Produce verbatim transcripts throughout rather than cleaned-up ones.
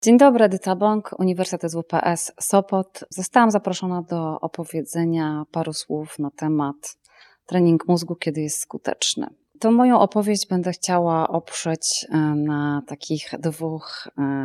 Dzień dobry, Edyta Bąk, Uniwersytet W P S Sopot. Zostałam zaproszona do opowiedzenia paru słów na temat trening mózgu, kiedy jest skuteczny. Tą moją opowieść będę chciała oprzeć na takich dwóch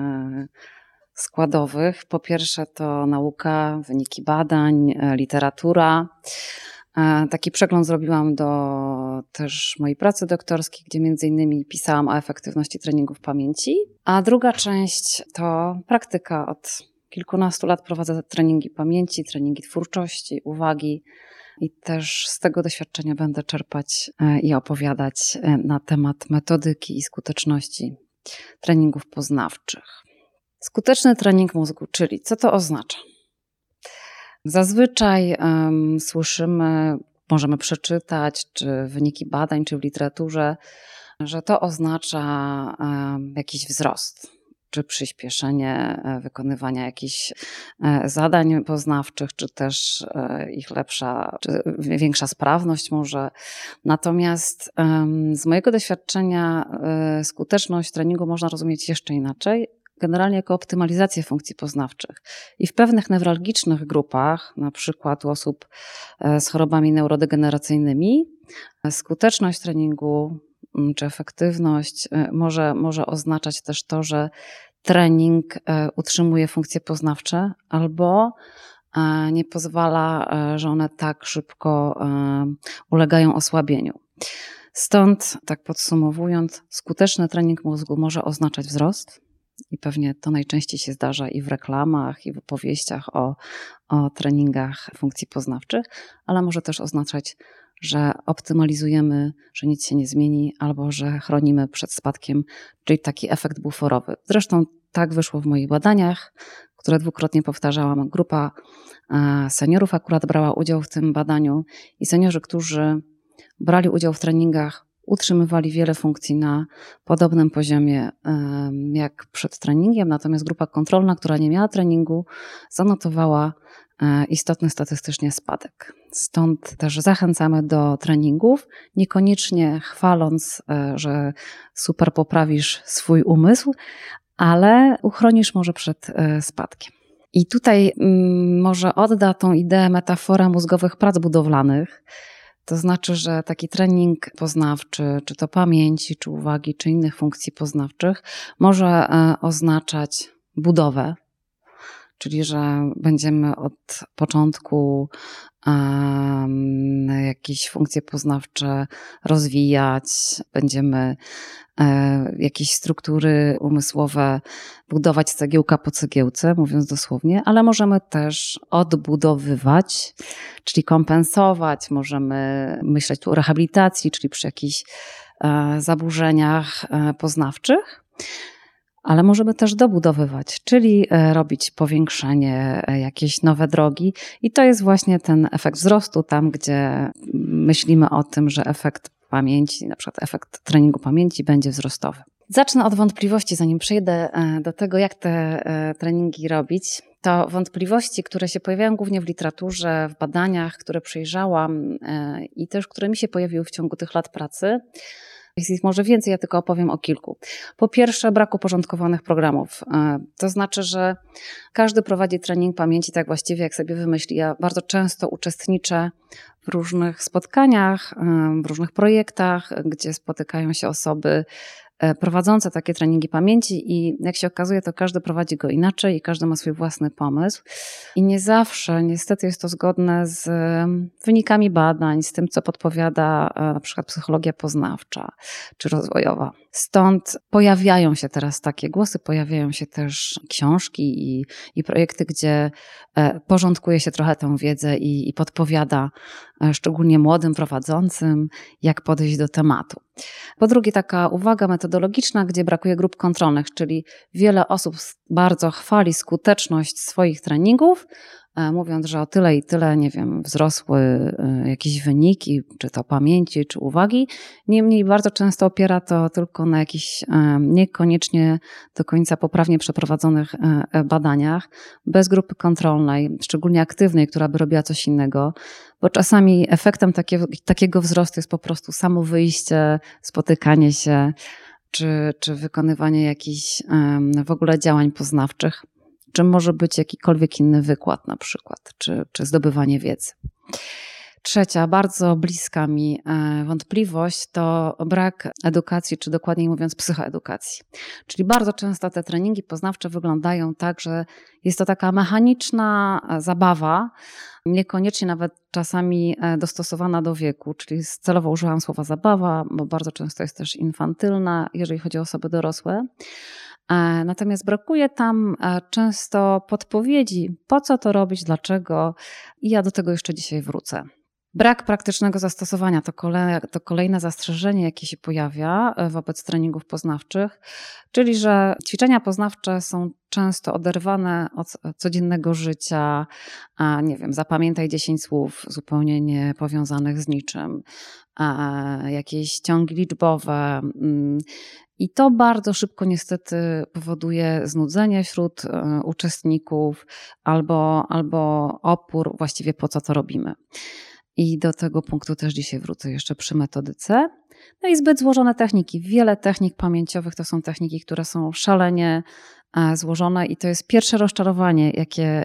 składowych. Po pierwsze to nauka, wyniki badań, literatura. Taki przegląd zrobiłam do też mojej pracy doktorskiej, gdzie między innymi pisałam o efektywności treningów pamięci. A druga część to praktyka. Od kilkunastu lat prowadzę treningi pamięci, treningi twórczości, uwagi i też z tego doświadczenia będę czerpać i opowiadać na temat metodyki i skuteczności treningów poznawczych. Skuteczny trening mózgu, czyli co to oznacza? Zazwyczaj um, słyszymy, możemy przeczytać, czy wyniki badań, czy w literaturze, że to oznacza um, jakiś wzrost, czy przyspieszenie wykonywania jakichś zadań poznawczych, czy też ich lepsza, czy większa sprawność może. Natomiast um, z mojego doświadczenia um, skuteczność treningu można rozumieć jeszcze inaczej. Generalnie jako optymalizację funkcji poznawczych. I w pewnych newralgicznych grupach, na przykład u osób z chorobami neurodegeneracyjnymi, skuteczność treningu czy efektywność może, może oznaczać też to, że trening utrzymuje funkcje poznawcze albo nie pozwala, że one tak szybko ulegają osłabieniu. Stąd, tak podsumowując, skuteczny trening mózgu może oznaczać wzrost. I pewnie to najczęściej się zdarza i w reklamach, i w opowieściach o, o treningach funkcji poznawczych, ale może też oznaczać, że optymalizujemy, że nic się nie zmieni, albo że chronimy przed spadkiem, czyli taki efekt buforowy. Zresztą tak wyszło w moich badaniach, które dwukrotnie powtarzałam. Grupa seniorów akurat brała udział w tym badaniu i seniorzy, którzy brali udział w treningach, utrzymywali wiele funkcji na podobnym poziomie jak przed treningiem, natomiast grupa kontrolna, która nie miała treningu, zanotowała istotny statystycznie spadek. Stąd też zachęcamy do treningów, niekoniecznie chwaląc, że super poprawisz swój umysł, ale uchronisz może przed spadkiem. I tutaj może odda tą ideę metafora mózgowych prac budowlanych. To znaczy, że taki trening poznawczy, czy to pamięci, czy uwagi, czy innych funkcji poznawczych może oznaczać budowę, czyli że będziemy od początku um, jakieś funkcje poznawcze rozwijać, będziemy um, jakieś struktury umysłowe budować cegiełka po cegiełce, mówiąc dosłownie, ale możemy też odbudowywać, czyli kompensować, możemy myśleć tu o rehabilitacji, czyli przy jakichś e, zaburzeniach e, poznawczych. Ale możemy też dobudowywać, czyli robić powiększenie, jakieś nowe drogi i to jest właśnie ten efekt wzrostu, tam gdzie myślimy o tym, że efekt pamięci, na przykład efekt treningu pamięci będzie wzrostowy. Zacznę od wątpliwości, zanim przejdę do tego, jak te treningi robić. To wątpliwości, które się pojawiają głównie w literaturze, w badaniach, które przejrzałam i też które mi się pojawiły w ciągu tych lat pracy. Jest ich może więcej, ja tylko opowiem o kilku. Po pierwsze, brak uporządkowanych programów. To znaczy, że każdy prowadzi trening pamięci tak właściwie, jak sobie wymyśli. Ja bardzo często uczestniczę w różnych spotkaniach, w różnych projektach, gdzie spotykają się osoby prowadzące takie treningi pamięci i jak się okazuje, to każdy prowadzi go inaczej i każdy ma swój własny pomysł. I nie zawsze niestety jest to zgodne z wynikami badań, z tym, co podpowiada na przykład psychologia poznawcza czy rozwojowa. Stąd pojawiają się teraz takie głosy, pojawiają się też książki i, i projekty, gdzie porządkuje się trochę tę wiedzę i, i podpowiada szczególnie młodym prowadzącym, jak podejść do tematu. Po drugie, taka uwaga metodologiczna, gdzie brakuje grup kontrolnych, czyli wiele osób bardzo chwali skuteczność swoich treningów, mówiąc, że o tyle i tyle, nie wiem, wzrosły jakieś wyniki, czy to pamięci, czy uwagi. Niemniej bardzo często opiera to tylko na jakichś niekoniecznie do końca poprawnie przeprowadzonych badaniach, bez grupy kontrolnej, szczególnie aktywnej, która by robiła coś innego, bo czasami efektem takiego, takiego wzrostu jest po prostu samo wyjście, spotykanie się, czy, czy wykonywanie jakichś w ogóle działań poznawczych, czy może być jakikolwiek inny wykład na przykład, czy, czy zdobywanie wiedzy. Trzecia, bardzo bliska mi wątpliwość to brak edukacji, czy dokładniej mówiąc psychoedukacji. Czyli bardzo często te treningi poznawcze wyglądają tak, że jest to taka mechaniczna zabawa, niekoniecznie nawet czasami dostosowana do wieku, czyli celowo użyłam słowa zabawa, bo bardzo często jest też infantylna, jeżeli chodzi o osoby dorosłe. Natomiast brakuje tam często podpowiedzi, po co to robić, dlaczego, i ja do tego jeszcze dzisiaj wrócę. Brak praktycznego zastosowania to, kolej, to kolejne zastrzeżenie, jakie się pojawia wobec treningów poznawczych, czyli że ćwiczenia poznawcze są często oderwane od codziennego życia, a nie wiem, zapamiętaj dziesięć słów zupełnie nie powiązanych z niczym, a jakieś ciągi liczbowe. I to bardzo szybko niestety powoduje znudzenie wśród uczestników albo, albo opór, właściwie po co to robimy. I do tego punktu też dzisiaj wrócę jeszcze przy metodyce. No i zbyt złożone techniki. Wiele technik pamięciowych to są techniki, które są szalenie złożone i to jest pierwsze rozczarowanie, jakie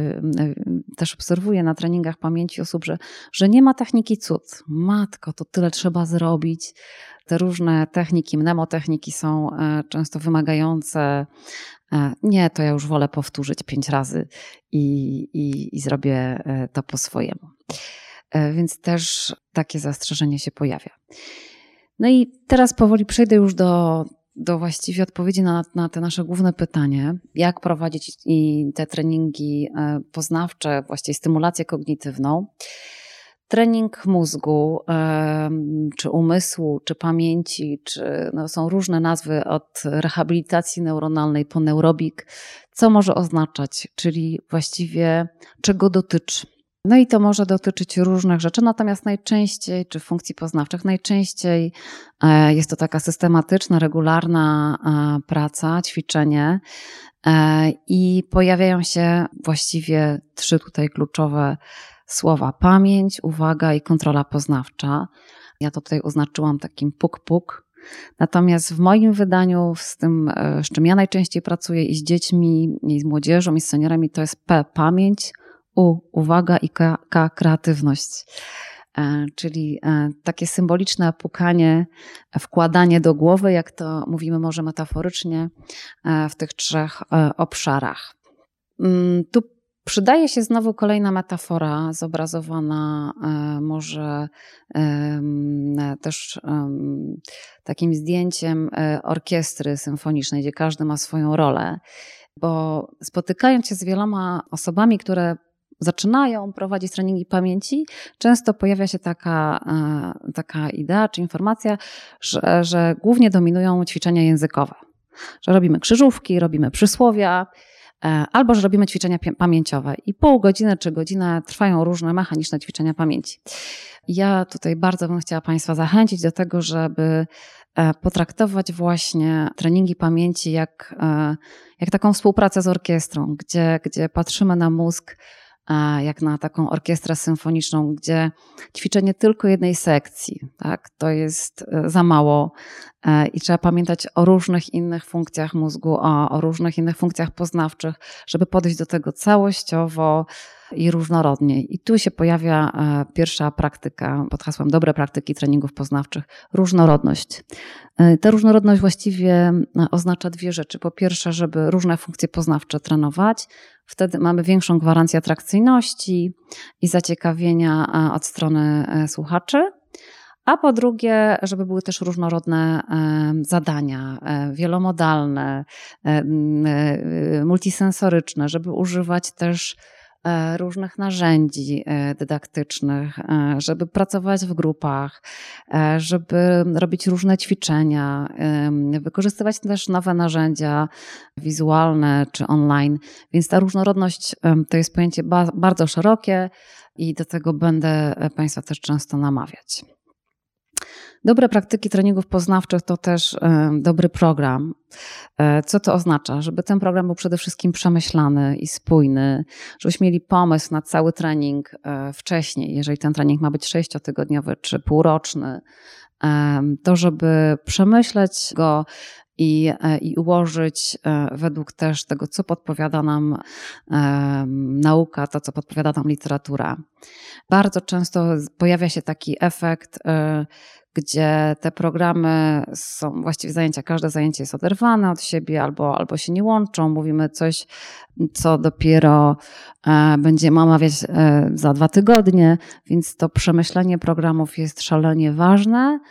też obserwuję na treningach pamięci osób, że, że nie ma techniki cud. Matko, to tyle trzeba zrobić. Te różne techniki, mnemotechniki są często wymagające. Nie, to ja już wolę powtórzyć pięć razy i, i, i zrobię to po swojemu. Więc też takie zastrzeżenie się pojawia. No i teraz powoli przejdę już do, do właściwie odpowiedzi na, na te nasze główne pytanie. Jak prowadzić i te treningi poznawcze, właściwie stymulację kognitywną. Trening mózgu, czy umysłu, czy pamięci, czy no są różne nazwy od rehabilitacji neuronalnej po neurobik. Co może oznaczać, czyli właściwie czego dotyczy. No i to może dotyczyć różnych rzeczy, natomiast najczęściej, czy funkcji poznawczych, najczęściej jest to taka systematyczna, regularna praca, ćwiczenie i pojawiają się właściwie trzy tutaj kluczowe słowa: pamięć, uwaga i kontrola poznawcza. Ja to tutaj oznaczyłam takim puk-puk. Natomiast w moim wydaniu, z tym, z czym ja najczęściej pracuję i z dziećmi, i z młodzieżą, i z seniorami, to jest P, pamięć, U, uwaga i K, K kreatywność. E, czyli e, takie symboliczne pukanie, wkładanie do głowy, jak to mówimy może metaforycznie, e, w tych trzech e, obszarach. Mm, tu przydaje się znowu kolejna metafora zobrazowana e, może e, też e, takim zdjęciem e, orkiestry symfonicznej, gdzie każdy ma swoją rolę, bo spotykając się z wieloma osobami, które zaczynają prowadzić treningi pamięci, często pojawia się taka, taka idea czy informacja, że, że głównie dominują ćwiczenia językowe. Że robimy krzyżówki, robimy przysłowia, albo że robimy ćwiczenia pamięciowe. I pół godziny czy godzinę trwają różne mechaniczne ćwiczenia pamięci. Ja tutaj bardzo bym chciała Państwa zachęcić do tego, żeby potraktować właśnie treningi pamięci jak, jak taką współpracę z orkiestrą, gdzie, gdzie patrzymy na mózg jak na taką orkiestrę symfoniczną, gdzie ćwiczenie tylko jednej sekcji, tak, to jest za mało i trzeba pamiętać o różnych innych funkcjach mózgu, o, o różnych innych funkcjach poznawczych, żeby podejść do tego całościowo i różnorodnie. I tu się pojawia pierwsza praktyka pod hasłem dobre praktyki treningów poznawczych, różnorodność. Ta różnorodność właściwie oznacza dwie rzeczy. Po pierwsze, żeby różne funkcje poznawcze trenować, wtedy mamy większą gwarancję atrakcyjności i zaciekawienia od strony słuchaczy. A po drugie, żeby były też różnorodne zadania, wielomodalne, multisensoryczne, żeby używać też różnych narzędzi dydaktycznych, żeby pracować w grupach, żeby robić różne ćwiczenia, wykorzystywać też nowe narzędzia wizualne czy online. Więc ta różnorodność to jest pojęcie bardzo szerokie i do tego będę Państwa też często namawiać. Dobre praktyki treningów poznawczych to też dobry program. Co to oznacza? Żeby ten program był przede wszystkim przemyślany i spójny, żebyśmy mieli pomysł na cały trening wcześniej, jeżeli ten trening ma być sześciotygodniowy czy półroczny, to żeby przemyśleć go i, i ułożyć według też tego, co podpowiada nam nauka, to, co podpowiada nam literatura. Bardzo często pojawia się taki efekt, gdzie te programy są, właściwie zajęcia, każde zajęcie jest oderwane od siebie albo, albo się nie łączą. Mówimy coś, co dopiero będziemy omawiać za dwa tygodnie, więc to przemyślenie programów jest szalenie ważne.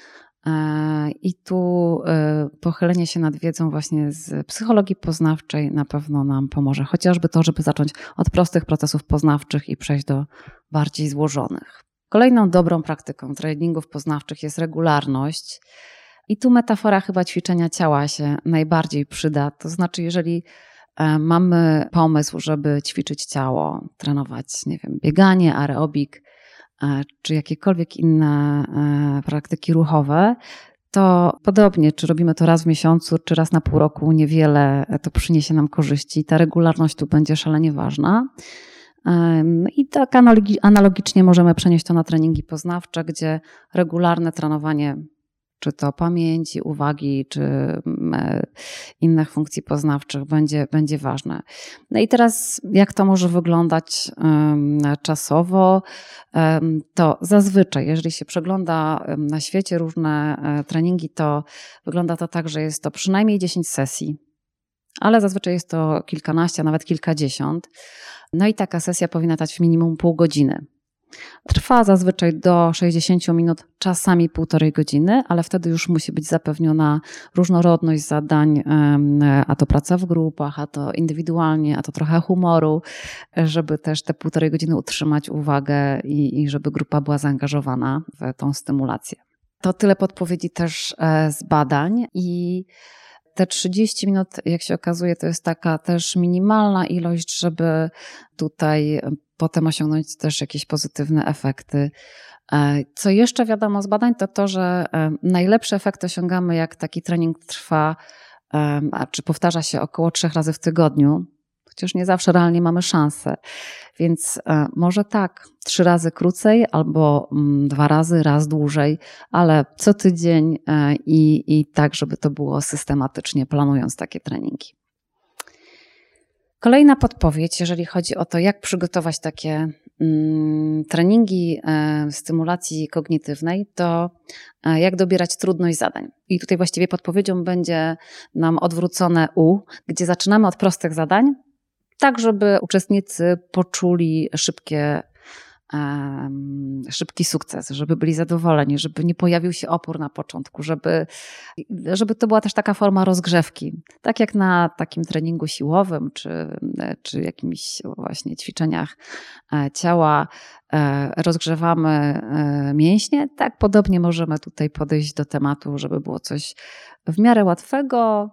I tu pochylenie się nad wiedzą właśnie z psychologii poznawczej na pewno nam pomoże. Chociażby to, żeby zacząć od prostych procesów poznawczych i przejść do bardziej złożonych. Kolejną dobrą praktyką treningów poznawczych jest regularność. I tu metafora chyba ćwiczenia ciała się najbardziej przyda. To znaczy, jeżeli mamy pomysł, żeby ćwiczyć ciało, trenować, nie wiem, bieganie, aerobik, czy jakiekolwiek inne praktyki ruchowe, to podobnie, czy robimy to raz w miesiącu, czy raz na pół roku, niewiele to przyniesie nam korzyści. Ta regularność tu będzie szalenie ważna. I tak analogicznie możemy przenieść to na treningi poznawcze, gdzie regularne trenowanie, czy to pamięci, uwagi, czy innych funkcji poznawczych będzie, będzie ważne. No i teraz jak to może wyglądać czasowo? To zazwyczaj, jeżeli się przegląda na świecie różne treningi, to wygląda to tak, że jest to przynajmniej dziesięć sesji, ale zazwyczaj jest to kilkanaście, a nawet kilkadziesiąt. No i taka sesja powinna trwać w minimum pół godziny. Trwa zazwyczaj do sześćdziesięciu minut, czasami półtorej godziny, ale wtedy już musi być zapewniona różnorodność zadań, a to praca w grupach, a to indywidualnie, a to trochę humoru, żeby też te półtorej godziny utrzymać uwagę i, i żeby grupa była zaangażowana w tą stymulację. To tyle podpowiedzi też z badań i te trzydzieści minut, jak się okazuje, to jest taka też minimalna ilość, żeby tutaj potem osiągnąć też jakieś pozytywne efekty. Co jeszcze wiadomo z badań, to to, że najlepszy efekt osiągamy, jak taki trening trwa, a czy powtarza się około trzech razy w tygodniu, chociaż nie zawsze realnie mamy szansę. Więc może tak, trzy razy krócej albo dwa razy, raz dłużej, ale co tydzień i, i tak, żeby to było systematycznie, planując takie treningi. Kolejna podpowiedź, jeżeli chodzi o to, jak przygotować takie mm, treningi e, stymulacji kognitywnej, to e, jak dobierać trudność zadań. I tutaj właściwie podpowiedzią będzie nam odwrócone U, gdzie zaczynamy od prostych zadań, tak żeby uczestnicy poczuli szybkie, e, szybki sukces, żeby byli zadowoleni, żeby nie pojawił się opór na początku, żeby, żeby to była też taka forma rozgrzewki. Tak jak na takim treningu siłowym, czy, czy jakimiś właśnie ćwiczeniach ciała rozgrzewamy mięśnie, tak podobnie możemy tutaj podejść do tematu, żeby było coś w miarę łatwego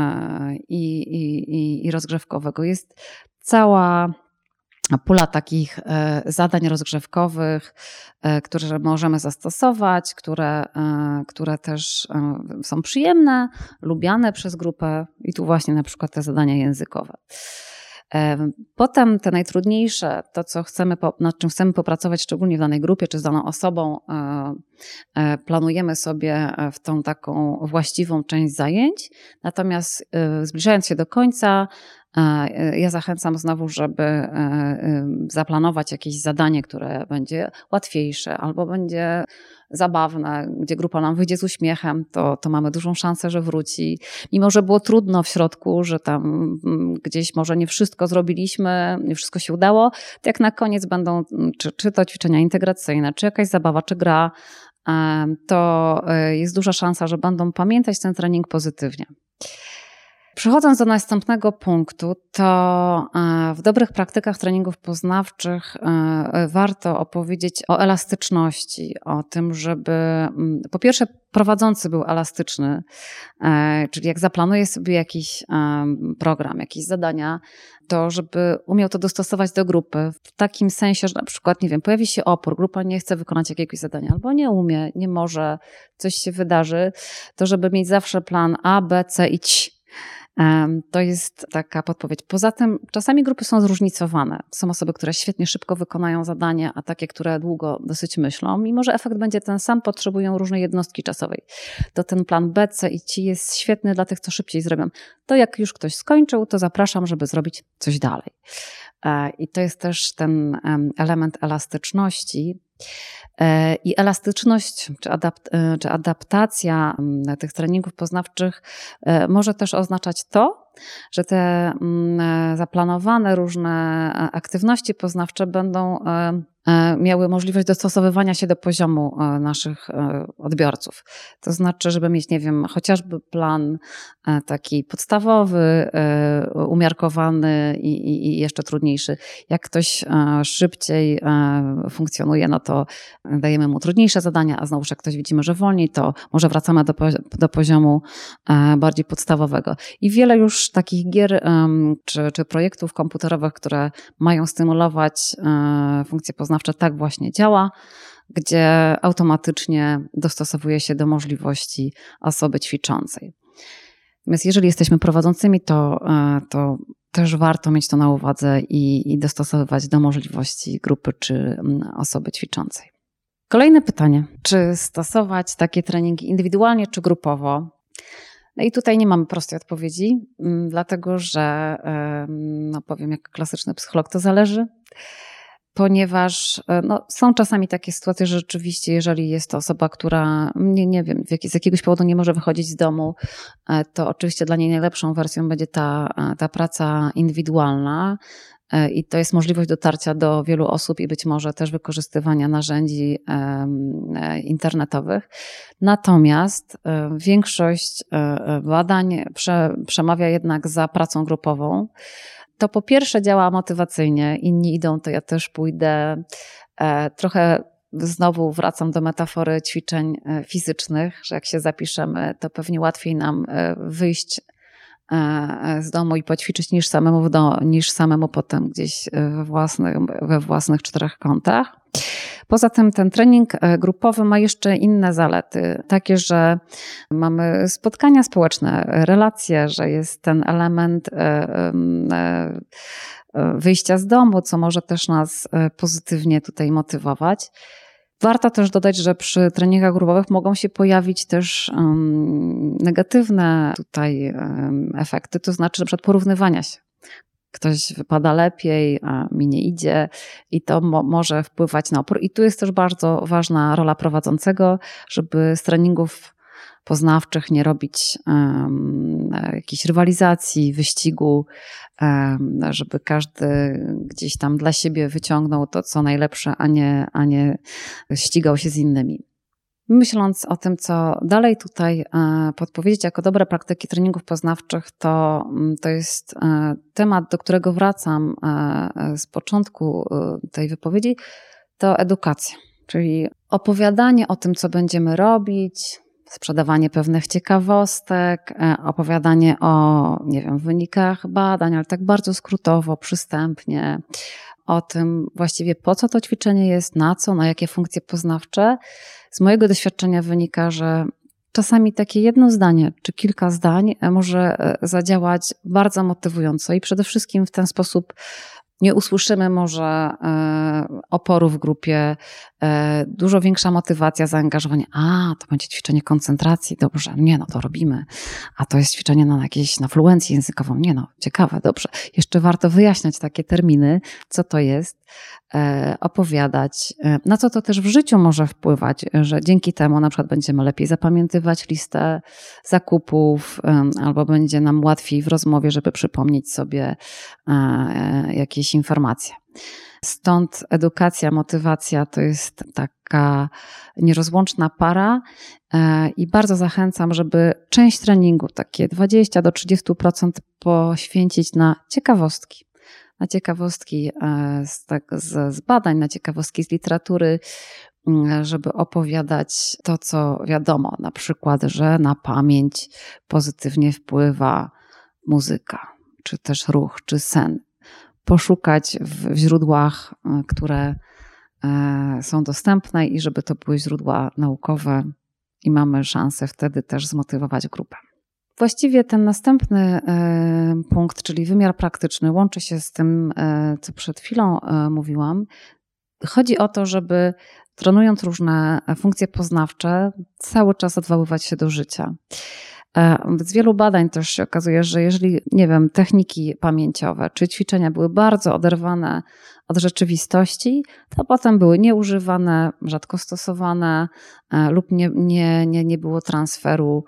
i, i, i rozgrzewkowego. Jest cała pula takich zadań rozgrzewkowych, które możemy zastosować, które, które też są przyjemne, lubiane przez grupę i tu właśnie na przykład te zadania językowe. Potem te najtrudniejsze, to co chcemy, nad czym chcemy popracować, szczególnie w danej grupie czy z daną osobą, planujemy sobie w tą taką właściwą część zajęć. Natomiast zbliżając się do końca, ja zachęcam znowu, żeby zaplanować jakieś zadanie, które będzie łatwiejsze albo będzie zabawne, gdzie grupa nam wyjdzie z uśmiechem, to, to mamy dużą szansę, że wróci. Mimo że było trudno w środku, że tam gdzieś może nie wszystko zrobiliśmy, nie wszystko się udało, to jak na koniec będą czy, czy to ćwiczenia integracyjne, czy jakaś zabawa, czy gra, to jest duża szansa, że będą pamiętać ten trening pozytywnie. Przechodząc do następnego punktu, to w dobrych praktykach treningów poznawczych warto opowiedzieć o elastyczności, o tym, żeby po pierwsze prowadzący był elastyczny, czyli jak zaplanuje sobie jakiś program, jakieś zadania, to żeby umiał to dostosować do grupy w takim sensie, że na przykład, nie wiem, pojawi się opór, grupa nie chce wykonać jakiegoś zadania albo nie umie, nie może, coś się wydarzy, to żeby mieć zawsze plan A, B, C i C. To jest taka podpowiedź. Poza tym czasami grupy są zróżnicowane. Są osoby, które świetnie, szybko wykonają zadanie, a takie, które długo dosyć myślą. Mimo że efekt będzie ten sam, potrzebują różnej jednostki czasowej. To ten plan B, C i C jest świetny dla tych, co szybciej zrobią. To jak już ktoś skończył, to zapraszam, żeby zrobić coś dalej. I to jest też ten element elastyczności. I elastyczność czy, adapt- czy adaptacja tych treningów poznawczych może też oznaczać to, że te zaplanowane różne aktywności poznawcze będą miały możliwość dostosowywania się do poziomu naszych odbiorców. To znaczy, żeby mieć, nie wiem, chociażby plan taki podstawowy, umiarkowany i, i, i jeszcze trudniejszy. Jak ktoś szybciej funkcjonuje, no to dajemy mu trudniejsze zadania, a znowuż jak ktoś widzimy, że wolniej, to może wracamy do, do poziomu bardziej podstawowego. I wiele już takich gier czy, czy projektów komputerowych, które mają stymulować funkcje poznawcze, tak właśnie działa, gdzie automatycznie dostosowuje się do możliwości osoby ćwiczącej. Natomiast jeżeli jesteśmy prowadzącymi, to, to też warto mieć to na uwadze i, i dostosowywać do możliwości grupy czy osoby ćwiczącej. Kolejne pytanie. Czy stosować takie treningi indywidualnie czy grupowo? No i tutaj nie mamy prostej odpowiedzi, dlatego że, no powiem jak klasyczny psycholog, to zależy. Ponieważ no, są czasami takie sytuacje, że rzeczywiście, jeżeli jest to osoba, która nie, nie wiem, z jakiegoś powodu nie może wychodzić z domu, to oczywiście dla niej najlepszą wersją będzie ta, ta praca indywidualna i to jest możliwość dotarcia do wielu osób i być może też wykorzystywania narzędzi internetowych. Natomiast większość badań prze, przemawia jednak za pracą grupową. To po pierwsze działa motywacyjnie, inni idą, to ja też pójdę. Trochę znowu wracam do metafory ćwiczeń fizycznych, że jak się zapiszemy, to pewnie łatwiej nam wyjść z domu i poćwiczyć niż samemu, w do, niż samemu potem gdzieś we własnych, we własnych czterech kątach. Poza tym ten trening grupowy ma jeszcze inne zalety, takie, że mamy spotkania społeczne, relacje, że jest ten element wyjścia z domu, co może też nas pozytywnie tutaj motywować. Warto też dodać, że przy treningach grupowych mogą się pojawić też um, negatywne tutaj um, efekty, to znaczy na przykład porównywania się. Ktoś wypada lepiej, a mi nie idzie i to mo- może wpływać na opór. I tu jest też bardzo ważna rola prowadzącego, żeby z treningów poznawczych nie robić um, jakiejś rywalizacji, wyścigu, um, żeby każdy gdzieś tam dla siebie wyciągnął to, co najlepsze, a nie, a nie ścigał się z innymi. Myśląc o tym, co dalej tutaj podpowiedzieć jako dobre praktyki treningów poznawczych, to, to jest temat, do którego wracam z początku tej wypowiedzi, to edukacja, czyli opowiadanie o tym, co będziemy robić, sprzedawanie pewnych ciekawostek, opowiadanie o, nie wiem, wynikach badań, ale tak bardzo skrótowo, przystępnie, o tym właściwie po co to ćwiczenie jest, na co, na jakie funkcje poznawcze. Z mojego doświadczenia wynika, że czasami takie jedno zdanie czy kilka zdań może zadziałać bardzo motywująco i przede wszystkim w ten sposób nie usłyszymy może oporu w grupie, dużo większa motywacja, zaangażowanie. A, to będzie ćwiczenie koncentracji, dobrze, nie no, to robimy. A to jest ćwiczenie na jakieś, na fluencję językową, nie no, ciekawe, dobrze. Jeszcze warto wyjaśniać takie terminy, co to jest, opowiadać, na co to też w życiu może wpływać, że dzięki temu na przykład będziemy lepiej zapamiętywać listę zakupów, albo będzie nam łatwiej w rozmowie, żeby przypomnieć sobie jakieś informacje. Stąd edukacja, motywacja to jest taka nierozłączna para i bardzo zachęcam, żeby część treningu, takie dwadzieścia do trzydziestu procent poświęcić na ciekawostki. Na ciekawostki z, tak, z, z badań, na ciekawostki z literatury, żeby opowiadać to, co wiadomo, na przykład, że na pamięć pozytywnie wpływa muzyka, czy też ruch, czy sen. Poszukać w źródłach, które są dostępne i żeby to były źródła naukowe i mamy szansę wtedy też zmotywować grupę. Właściwie ten następny e, punkt, czyli wymiar praktyczny, łączy się z tym, e, co przed chwilą e, mówiłam. Chodzi o to, żeby trenując różne funkcje poznawcze, cały czas odwoływać się do życia. Z wielu badań też się okazuje, że jeżeli, nie wiem, techniki pamięciowe czy ćwiczenia były bardzo oderwane od rzeczywistości, to potem były nieużywane, rzadko stosowane lub nie, nie, nie, nie było transferu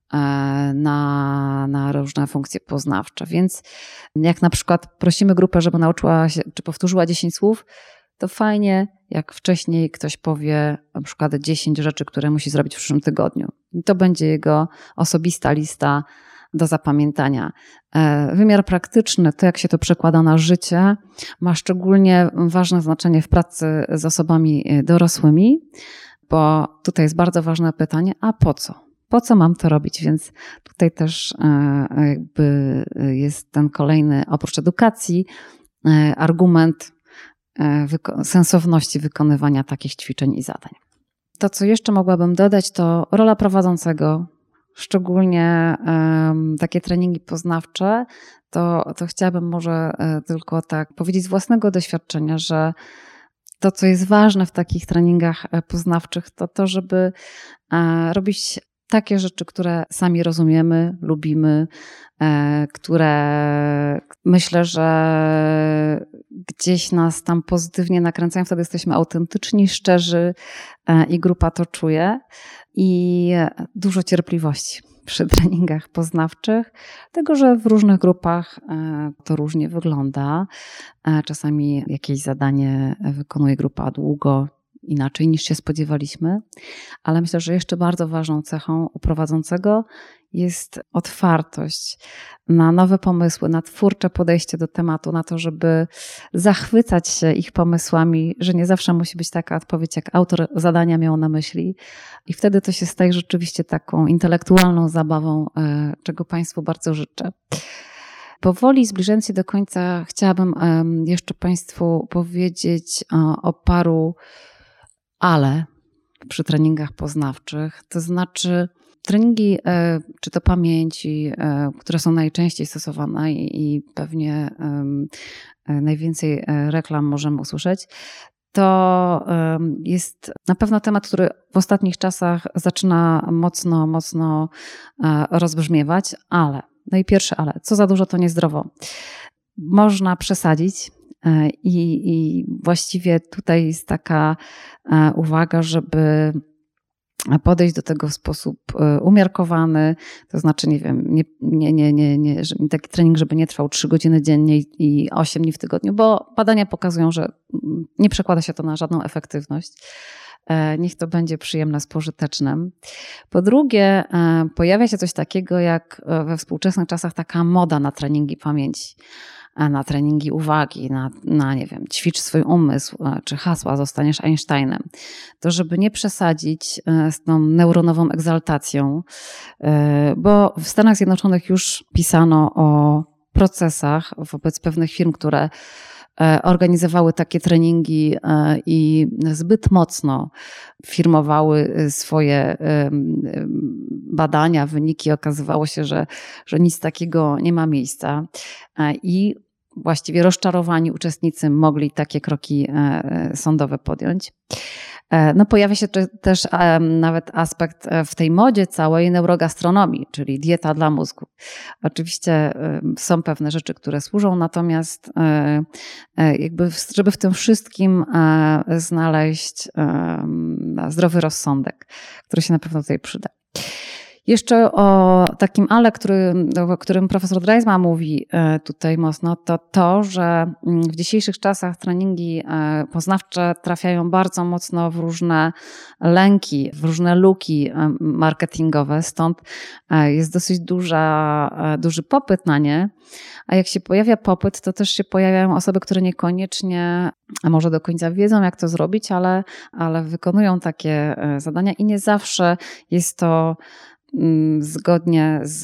na, na różne funkcje poznawcze. Więc jak na przykład prosimy grupę, żeby nauczyła się, czy powtórzyła dziesięć słów, to fajnie, jak wcześniej ktoś powie na przykład dziesięć rzeczy, które musi zrobić w przyszłym tygodniu. I to będzie jego osobista lista do zapamiętania. Wymiar praktyczny, to jak się to przekłada na życie, ma szczególnie ważne znaczenie w pracy z osobami dorosłymi, bo tutaj jest bardzo ważne pytanie, a po co? Po co mam to robić? Więc tutaj też jakby jest ten kolejny, oprócz edukacji, argument sensowności wykonywania takich ćwiczeń i zadań. To, co jeszcze mogłabym dodać, to rola prowadzącego, szczególnie um, takie treningi poznawcze, to, to chciałabym może tylko tak powiedzieć z własnego doświadczenia, że to, co jest ważne w takich treningach poznawczych, to to, żeby e, robić takie rzeczy, które sami rozumiemy, lubimy, e, które myślę, że gdzieś nas tam pozytywnie nakręcają, wtedy jesteśmy autentyczni, szczerzy e, i grupa to czuje. I dużo cierpliwości przy treningach poznawczych, tego, że w różnych grupach e, to różnie wygląda. E, czasami jakieś zadanie wykonuje grupa długo, inaczej niż się spodziewaliśmy, ale myślę, że jeszcze bardzo ważną cechą u prowadzącego jest otwartość na nowe pomysły, na twórcze podejście do tematu, na to, żeby zachwycać się ich pomysłami, że nie zawsze musi być taka odpowiedź, jak autor zadania miał na myśli. I wtedy to się staje rzeczywiście taką intelektualną zabawą, czego Państwu bardzo życzę. Powoli zbliżając się do końca, chciałabym jeszcze Państwu powiedzieć o paru ale przy treningach poznawczych, to znaczy treningi, czy to pamięci, które są najczęściej stosowane i pewnie najwięcej reklam możemy usłyszeć, to jest na pewno temat, który w ostatnich czasach zaczyna mocno, mocno rozbrzmiewać, ale, no i pierwsze ale, co za dużo to niezdrowo. Można przesadzić. I, I właściwie tutaj jest taka uwaga, żeby podejść do tego w sposób umiarkowany, to znaczy, nie wiem, nie, nie, nie, nie, nie, taki trening, żeby nie trwał trzy godziny dziennie i osiem dni w tygodniu, bo badania pokazują, że nie przekłada się to na żadną efektywność. Niech to będzie przyjemne z pożytecznym. Po drugie, pojawia się coś takiego jak we współczesnych czasach taka moda na treningi pamięci, na treningi uwagi, na, na nie wiem, ćwicz swój umysł, czy hasła zostaniesz Einsteinem. To żeby nie przesadzić z tą neuronową egzaltacją, bo w Stanach Zjednoczonych już pisano o procesach wobec pewnych firm, które organizowały takie treningi i zbyt mocno firmowały swoje badania, wyniki. Okazywało się, że, że nic takiego nie ma miejsca i właściwie rozczarowani uczestnicy mogli takie kroki sądowe podjąć. No pojawia się też nawet aspekt w tej modzie całej neurogastronomii, czyli dieta dla mózgu. Oczywiście są pewne rzeczy, które służą, natomiast jakby, żeby w tym wszystkim znaleźć zdrowy rozsądek, który się na pewno tutaj przyda. Jeszcze o takim ale, który, o którym profesor Drajsma mówi tutaj mocno, to to, że w dzisiejszych czasach treningi poznawcze trafiają bardzo mocno w różne lęki, w różne luki marketingowe, stąd jest dosyć duża, duży popyt na nie, a jak się pojawia popyt, to też się pojawiają osoby, które niekoniecznie, a może do końca wiedzą, jak to zrobić, ale, ale wykonują takie zadania i nie zawsze jest to zgodnie z,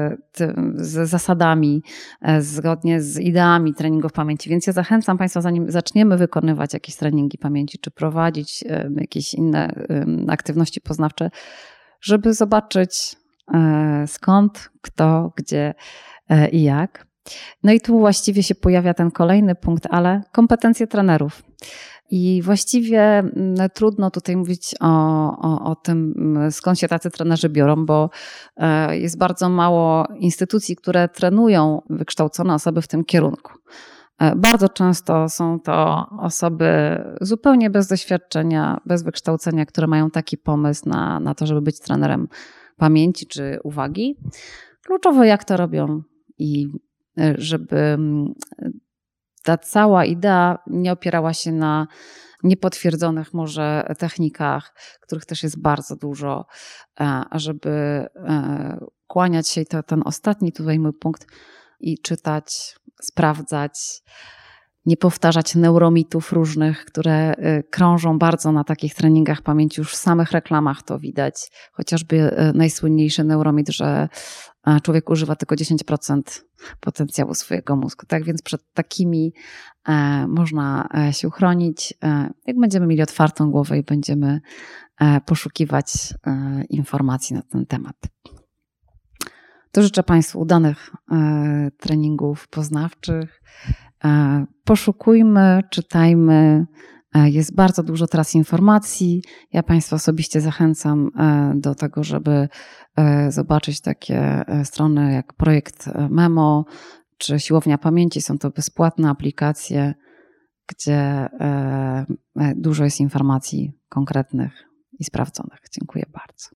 z zasadami, zgodnie z ideami treningów pamięci. Więc ja zachęcam Państwa, zanim zaczniemy wykonywać jakieś treningi pamięci, czy prowadzić jakieś inne aktywności poznawcze, żeby zobaczyć, skąd, kto, gdzie i jak. No i tu właściwie się pojawia ten kolejny punkt, ale kompetencje trenerów. I właściwie trudno tutaj mówić o, o, o tym, skąd się tacy trenerzy biorą, bo jest bardzo mało instytucji, które trenują wykształcone osoby w tym kierunku. Bardzo często są to osoby zupełnie bez doświadczenia, bez wykształcenia, które mają taki pomysł na, na to, żeby być trenerem pamięci czy uwagi. Kluczowo jak to robią i żeby ta cała idea nie opierała się na niepotwierdzonych może technikach, których też jest bardzo dużo, a żeby kłaniać się, i to ten ostatni tutaj mój punkt, i czytać, sprawdzać, nie powtarzać neuromitów różnych, które krążą bardzo na takich treningach pamięci. Już w samych reklamach to widać. Chociażby najsłynniejszy neuromit, że człowiek używa tylko dziesięć procent potencjału swojego mózgu. Tak więc przed takimi można się uchronić. Jak będziemy mieli otwartą głowę i będziemy poszukiwać informacji na ten temat. To życzę Państwu udanych treningów poznawczych. Poszukujmy, czytajmy. Jest bardzo dużo teraz informacji. Ja Państwa osobiście zachęcam do tego, żeby zobaczyć takie strony jak Projekt Memo czy Siłownia Pamięci. Są to bezpłatne aplikacje, gdzie dużo jest informacji konkretnych i sprawdzonych. Dziękuję bardzo.